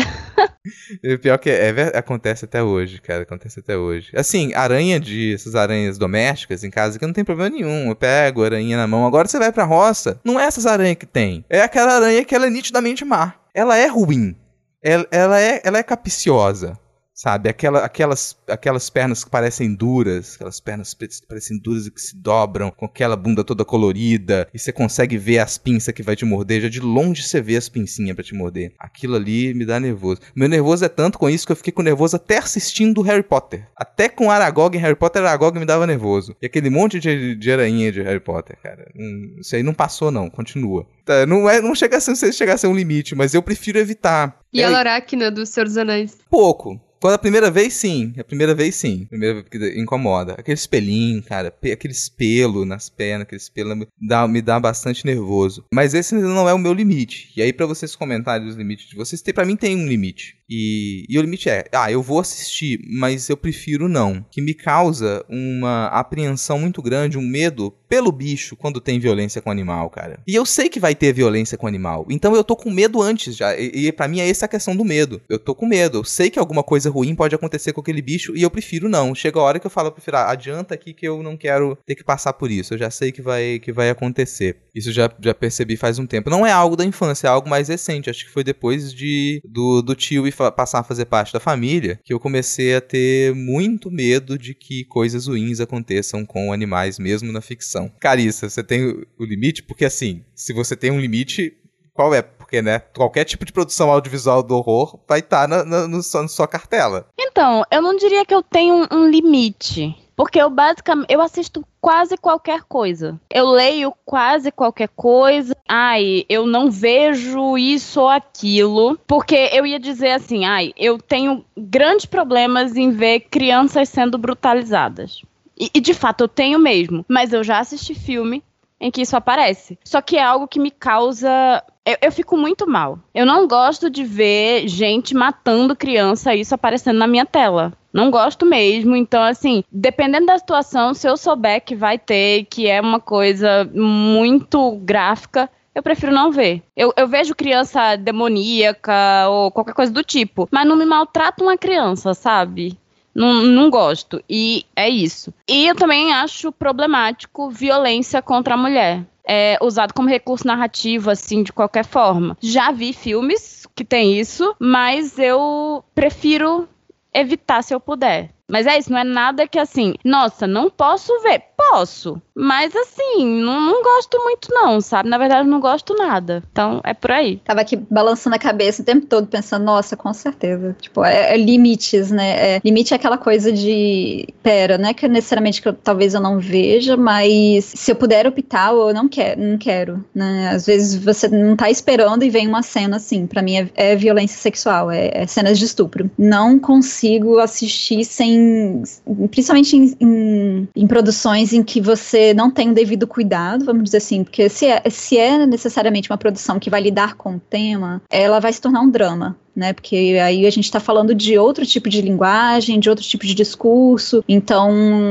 Speaker 3: O pior que é, é, acontece até hoje, cara, acontece até hoje. Assim, aranha de, essas aranhas domésticas em casa, que não tem problema nenhum, eu pego a aranha na mão. Agora você vai pra roça, não é essas aranhas que tem, é aquela aranha que ela é nitidamente má. Ela é ruim, ela, ela, é, ela é capiciosa, sabe? Aquela, aquelas, aquelas pernas que parecem duras, aquelas pernas pretas que parecem duras e que se dobram, com aquela bunda toda colorida, e você consegue ver as pinças que vai te morder, já de longe você vê as pincinhas pra te morder. Aquilo ali me dá nervoso. Meu nervoso é tanto com isso que eu fiquei com nervoso até assistindo Harry Potter. Até com Aragog em Harry Potter, Aragog me dava nervoso. E aquele monte de, de aranha de Harry Potter, cara. Hum, isso aí não passou não, continua. Tá, não, é, não chega a ser, chega a ser um limite, mas eu prefiro evitar.
Speaker 4: E
Speaker 3: é,
Speaker 4: a Laracna do Senhor dos Anéis?
Speaker 3: Pouco. Quando a primeira vez, sim. A primeira vez, sim. A primeira vez que incomoda. Aquele pelinho, cara. Pe- aqueles pelos nas pernas, aqueles pelos me dá, me dá bastante nervoso. Mas esse não é o meu limite. E aí, pra vocês comentarem os limites de vocês, tem, pra mim tem um limite. E, e o limite é, ah, eu vou assistir, mas eu prefiro não. Que me causa uma apreensão muito grande, um medo pelo bicho quando tem violência com o animal, cara. E eu sei que vai ter violência com o animal. Então eu tô com medo antes já. E, e pra mim é essa a questão do medo. Eu tô com medo. Eu sei que alguma coisa ruim pode acontecer com aquele bicho e eu prefiro não. Chega a hora que eu falo, eu prefiro, ah, adianta aqui que eu não quero ter que passar por isso. Eu já sei que vai, que vai acontecer. Isso já, já percebi faz um tempo. Não é algo da infância, é algo mais recente. Acho que foi depois de, do, do tio ir fa- passar a fazer parte da família que eu comecei a ter muito medo de que coisas ruins aconteçam com animais, mesmo na ficção. Carissa, você tem o limite? Porque assim, se você tem um limite, qual é? Porque, né, qualquer tipo de produção audiovisual do horror vai estar na, na, na, sua, na sua cartela.
Speaker 1: Então, eu não diria que eu tenho um limite. Porque eu basicamente, eu assisto quase qualquer coisa. Eu leio quase qualquer coisa. Ai, eu não vejo isso ou aquilo. Porque eu ia dizer assim, ai, eu tenho grandes problemas em ver crianças sendo brutalizadas. E, e de fato eu tenho mesmo. Mas eu já assisti filme em que isso aparece. Só que é algo que me causa... Eu, eu fico muito mal. Eu não gosto de ver gente matando criança, isso aparecendo na minha tela. Não gosto mesmo. Então, assim, dependendo da situação, se eu souber que vai ter, que é uma coisa muito gráfica, eu prefiro não ver. Eu, eu vejo criança demoníaca ou qualquer coisa do tipo, mas não me maltrata uma criança, sabe? Não, não gosto. E é isso. E eu também acho problemático violência contra a mulher. É usado como recurso narrativo, assim, de qualquer forma. Já vi filmes que tem isso, mas eu prefiro evitar se eu puder. Mas é isso, não é nada que assim, nossa, não posso ver. Posso, mas assim, não, não gosto muito não, sabe? Na verdade, não gosto nada. Então, é por aí.
Speaker 5: Tava aqui balançando a cabeça o tempo todo, pensando, nossa, com certeza. Tipo, é, é limites, né? É, limite é aquela coisa de, pera, não é que necessariamente que eu, talvez eu não veja, mas se eu puder optar, eu não quero, não quero, né? Às vezes você não tá esperando e vem uma cena assim, pra mim é, é violência sexual, é, é cenas de estupro. Não consigo assistir sem, principalmente em, em, em produções em que você não tem o devido cuidado, vamos dizer assim, porque se é, se é necessariamente uma produção que vai lidar com o tema, ela vai se tornar um drama, né, porque aí a gente está falando de outro tipo de linguagem, de outro tipo de discurso, então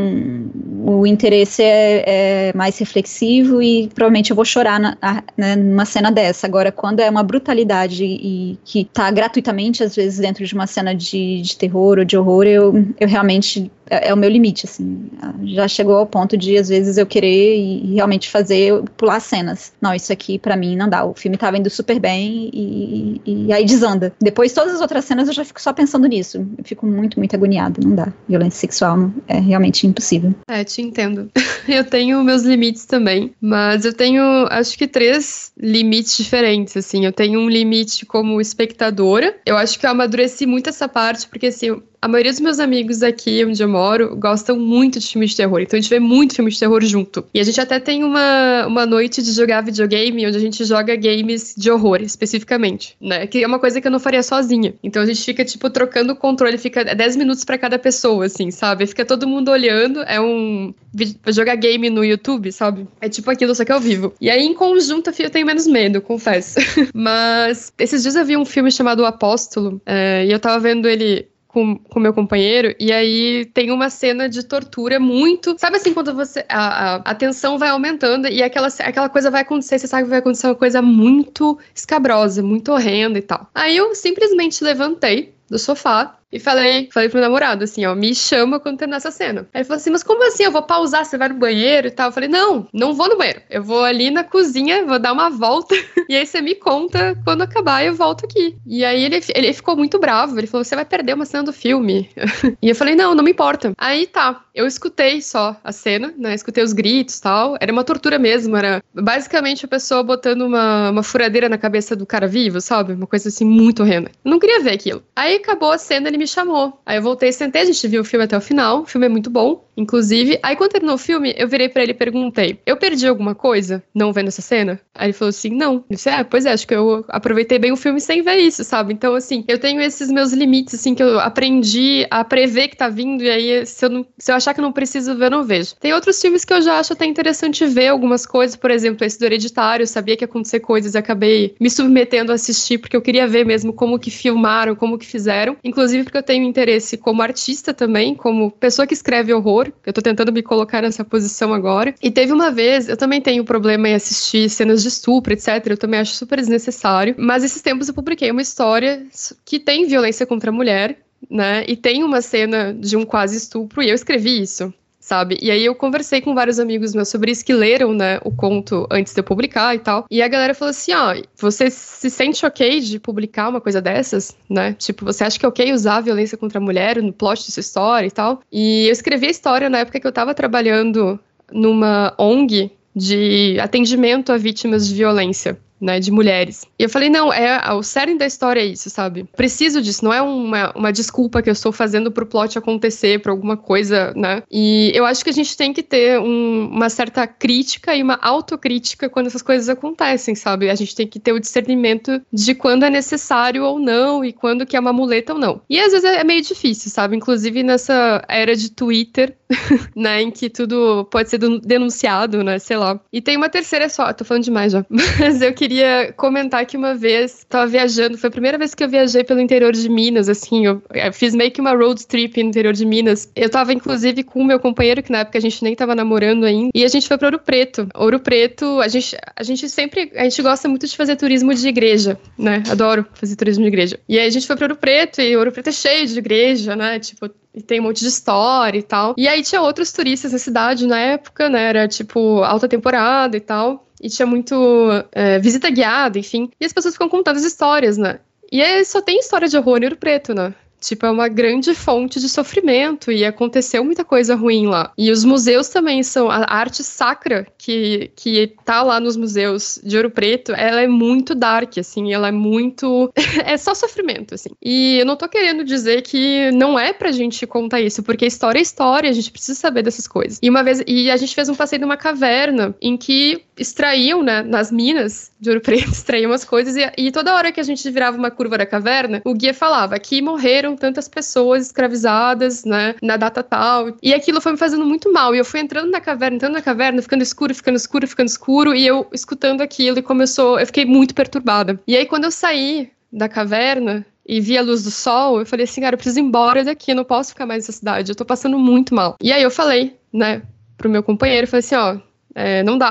Speaker 5: o interesse é, é mais reflexivo e provavelmente eu vou chorar na, a, né, numa cena dessa. Agora, quando é uma brutalidade e que está gratuitamente, às vezes, dentro de uma cena de, de terror ou de horror, eu, eu realmente é, é o meu limite, assim. Já chegou ao ponto de, às vezes, eu querer e, e realmente fazer, pular cenas. Não, isso aqui pra mim não dá. O filme tava indo super bem e, e, e aí desanda. Depois, todas as outras cenas eu já fico só pensando nisso. Eu fico muito, muito agoniada. Não dá. Violência sexual não, é realmente impossível.
Speaker 4: É, te entendo. Eu tenho meus limites também, mas eu tenho, acho que três limites diferentes, assim. Eu tenho um limite como espectadora. Eu acho que eu amadureci muito essa parte, porque, assim, a maioria dos meus amigos aqui onde eu moro gostam muito de filmes de terror, então a gente vê muito filme de terror junto. E a gente até tem uma, uma noite de jogar videogame, onde a gente joga games de horror, especificamente, né? Que é uma coisa que eu não faria sozinha. Então a gente fica, tipo, trocando o controle, fica dez minutos pra cada pessoa, assim, sabe? Fica todo mundo olhando, é um... jogar game no YouTube, sabe? É tipo aquilo, só que ao vivo. E aí, em conjunto, eu tenho menos medo, confesso. Mas esses dias eu vi um filme chamado O Apóstolo, é, e eu tava vendo ele com o meu companheiro, e aí tem uma cena de tortura muito... Sabe assim, quando você... A, a, a tensão vai aumentando e aquela, aquela coisa vai acontecer, você sabe que vai acontecer uma coisa muito escabrosa, muito horrenda e tal. Aí eu simplesmente levantei do sofá e falei, falei pro meu namorado, assim, ó, me chama quando terminar essa cena. Aí ele falou assim, mas como assim? Eu vou pausar, você vai no banheiro e tal? Eu falei, não, não vou no banheiro. Eu vou ali na cozinha, vou dar uma volta e aí você me conta quando acabar e eu volto aqui. E aí ele, ele ficou muito bravo, ele falou, você vai perder uma cena do filme. E eu falei, não, não me importa. Aí tá, eu escutei só a cena, né, escutei os gritos e tal, era uma tortura mesmo, era basicamente a pessoa botando uma, uma furadeira na cabeça do cara vivo, sabe? Uma coisa assim muito horrenda. Eu não queria ver aquilo. Aí acabou a cena, ele me chamou. Aí eu voltei, sentei, a gente viu o filme até o final. O filme é muito bom, inclusive. Aí quando terminou o filme, eu virei pra ele e perguntei, eu perdi alguma coisa não vendo essa cena? Aí ele falou assim, não. Eu disse, ah, pois é, acho que eu aproveitei bem o filme sem ver isso, sabe? Então, assim, eu tenho esses meus limites, assim, que eu aprendi a prever que tá vindo, e aí se eu, não, se eu achar que eu não preciso ver, eu não vejo. Tem outros filmes que eu já acho até interessante ver algumas coisas, por exemplo, esse do Hereditário, eu sabia que ia acontecer coisas e acabei me submetendo a assistir, porque eu queria ver mesmo como que filmaram, como que fizeram. Inclusive porque eu tenho interesse como artista também, como pessoa que escreve horror. Eu tô tentando me colocar nessa posição agora. E teve uma vez, eu também tenho problema em assistir cenas de estupro, etcétera. Eu também acho super desnecessário. Mas esses tempos eu publiquei uma história que tem violência contra a mulher, né? E tem uma cena de um quase estupro, e eu escrevi isso, sabe? E aí eu conversei com vários amigos meus sobre isso, que leram, né, o conto antes de eu publicar e tal. E a galera falou assim, ó, oh, você se sente ok de publicar uma coisa dessas, né? Tipo, você acha que é ok usar a violência contra a mulher no plot de sua história e tal? E eu escrevi a história na época que eu tava trabalhando numa O N G de atendimento a vítimas de violência, né, de mulheres. E eu falei, não, é, o cerne da história é isso, sabe? Preciso disso, não é uma, uma desculpa que eu estou fazendo pro plot acontecer, pra alguma coisa, né? E eu acho que a gente tem que ter um, uma certa crítica e uma autocrítica quando essas coisas acontecem, sabe? A gente tem que ter o discernimento de quando é necessário ou não, e quando que é uma muleta ou não. E às vezes é meio difícil, sabe? Inclusive nessa era de Twitter, né, em que tudo pode ser denunciado, né, sei lá. E tem uma terceira só, tô falando demais já, mas eu queria comentar que uma vez tava viajando, foi a primeira vez que eu viajei pelo interior de Minas, assim, eu, eu fiz meio que uma road trip no interior de Minas. Eu tava, inclusive, com o meu companheiro, que na época a gente nem tava namorando ainda, e a gente foi pra Ouro Preto. Ouro Preto, a gente, a gente sempre, a gente gosta muito de fazer turismo de igreja, né, adoro fazer turismo de igreja. E aí a gente foi pra Ouro Preto, e Ouro Preto é cheio de igreja, né, tipo, e tem um monte de história e tal. E aí tinha outros turistas na cidade na época, né, era tipo alta temporada e tal. E tinha muito é, visita guiada, enfim. E as pessoas ficam contando as histórias, né. E aí só tem história de horror em Ouro Preto, né. Tipo, é uma grande fonte de sofrimento e aconteceu muita coisa ruim lá. E os museus também são... A arte sacra que, que tá lá nos museus de Ouro Preto, ela é muito dark, assim, ela é muito... é só sofrimento, assim. E eu não tô querendo dizer que não é pra gente contar isso, porque história é história, a gente precisa saber dessas coisas. E uma vez... E a gente fez um passeio numa caverna em que extraíam, né, nas minas de Ouro Preto, extraíam as coisas e, e toda hora que a gente virava uma curva da caverna, o guia falava, aqui morreram tantas pessoas escravizadas, né, na data tal, e aquilo foi me fazendo muito mal, e eu fui entrando na caverna, entrando na caverna, ficando escuro, ficando escuro, ficando escuro, e eu escutando aquilo, e começou, eu fiquei muito perturbada. E aí, quando eu saí da caverna e vi a luz do sol, eu falei assim, cara, eu preciso ir embora daqui, eu não posso ficar mais nessa cidade, eu tô passando muito mal. E aí eu falei, né, pro meu companheiro, eu falei assim, ó, é, não dá,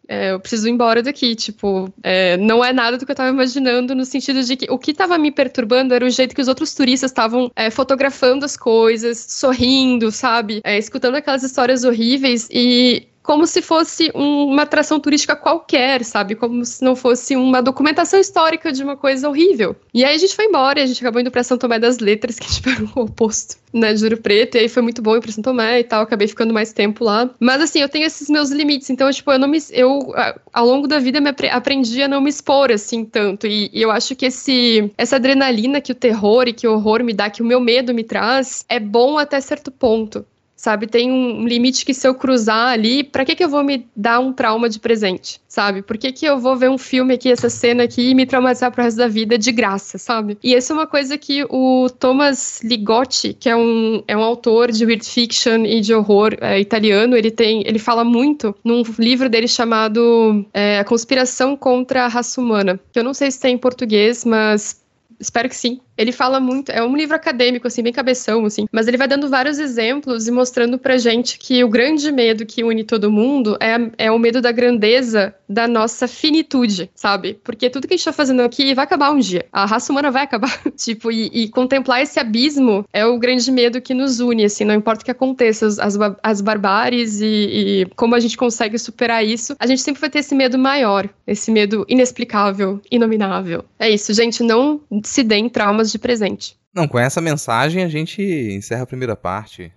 Speaker 4: é, eu preciso ir embora daqui, tipo, é, não é nada do que eu tava imaginando, no sentido de que o que tava me perturbando era o jeito que os outros turistas estavam é, fotografando as coisas, sorrindo, sabe? É, escutando aquelas histórias horríveis e como se fosse um, uma atração turística qualquer, sabe? Como se não fosse uma documentação histórica de uma coisa horrível. E aí a gente foi embora, e a gente acabou indo pra São Tomé das Letras, que tipo, era o oposto, né, de Ouro Preto, e aí foi muito bom ir pra São Tomé e tal, acabei ficando mais tempo lá. Mas assim, eu tenho esses meus limites, então, tipo, eu não me... Eu, ao longo da vida, me apre- aprendi a não me expor, assim, tanto, e, e eu acho que esse, essa adrenalina que o terror e que o horror me dá, que o meu medo me traz, é bom até certo ponto. Sabe, tem um limite que se eu cruzar ali, pra que que eu vou me dar um trauma de presente, sabe? Por que que eu vou ver um filme aqui, essa cena aqui, e me traumatizar pro resto da vida de graça, sabe? E essa é uma coisa que o Thomas Ligotti, que é um, é um autor de weird fiction e de horror é, italiano, ele tem, ele fala muito num livro dele chamado é, A Conspiração contra a Raça Humana, que eu não sei se tem em português, mas espero que sim. Ele fala muito, é um livro acadêmico, assim, bem cabeção, assim, mas ele vai dando vários exemplos e mostrando pra gente que o grande medo que une todo mundo é, é o medo da grandeza da nossa finitude, sabe? Porque tudo que a gente tá fazendo aqui vai acabar um dia. A raça humana vai acabar. Tipo, e, e contemplar esse abismo é o grande medo que nos une, assim, não importa o que aconteça, as, as, as barbáries e, e como a gente consegue superar isso, a gente sempre vai ter esse medo maior, esse medo inexplicável, inominável. É isso, gente, não se deem traumas de presente.
Speaker 3: Não, com essa mensagem a gente encerra a primeira parte.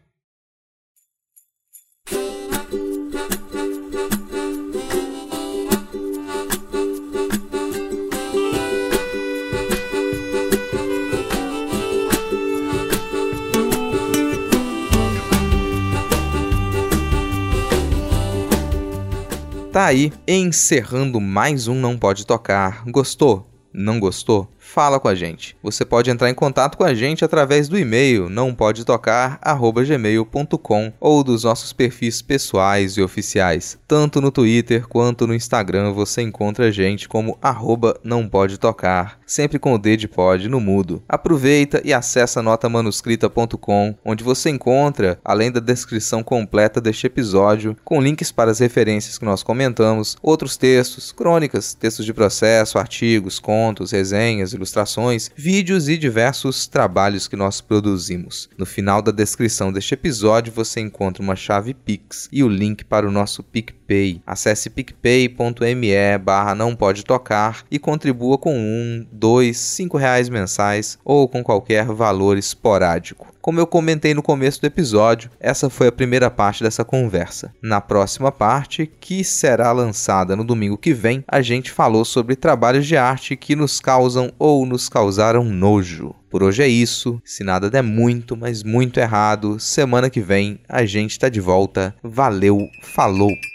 Speaker 3: Tá aí, encerrando mais um Não Pode Tocar. Gostou? Não gostou? Fala com a gente. Você pode entrar em contato com a gente através do e-mail não pode tocar arroba gmail ponto com ou dos nossos perfis pessoais e oficiais. Tanto no Twitter quanto no Instagram você encontra a gente como arroba não pode tocar, sempre com o D de pod no mudo. Aproveita e acessa nota manuscrita ponto com, onde você encontra, além da descrição completa deste episódio, com links para as referências que nós comentamos, outros textos, crônicas, textos de processo, artigos, contos, resenhas, ilustrações, vídeos e diversos trabalhos que nós produzimos. No final da descrição deste episódio você encontra uma chave Pix e o link para o nosso PicPay. Acesse picpay ponto me barra não pode tocar e contribua com um, dois, cinco reais mensais ou com qualquer valor esporádico. Como eu comentei no começo do episódio, essa foi a primeira parte dessa conversa. Na próxima parte, que será lançada no domingo que vem, a gente falou sobre trabalhos de arte que nos causam ou nos causaram nojo. Por hoje é isso, se nada der muito, mas muito errado, semana que vem a gente tá de volta. Valeu, falou!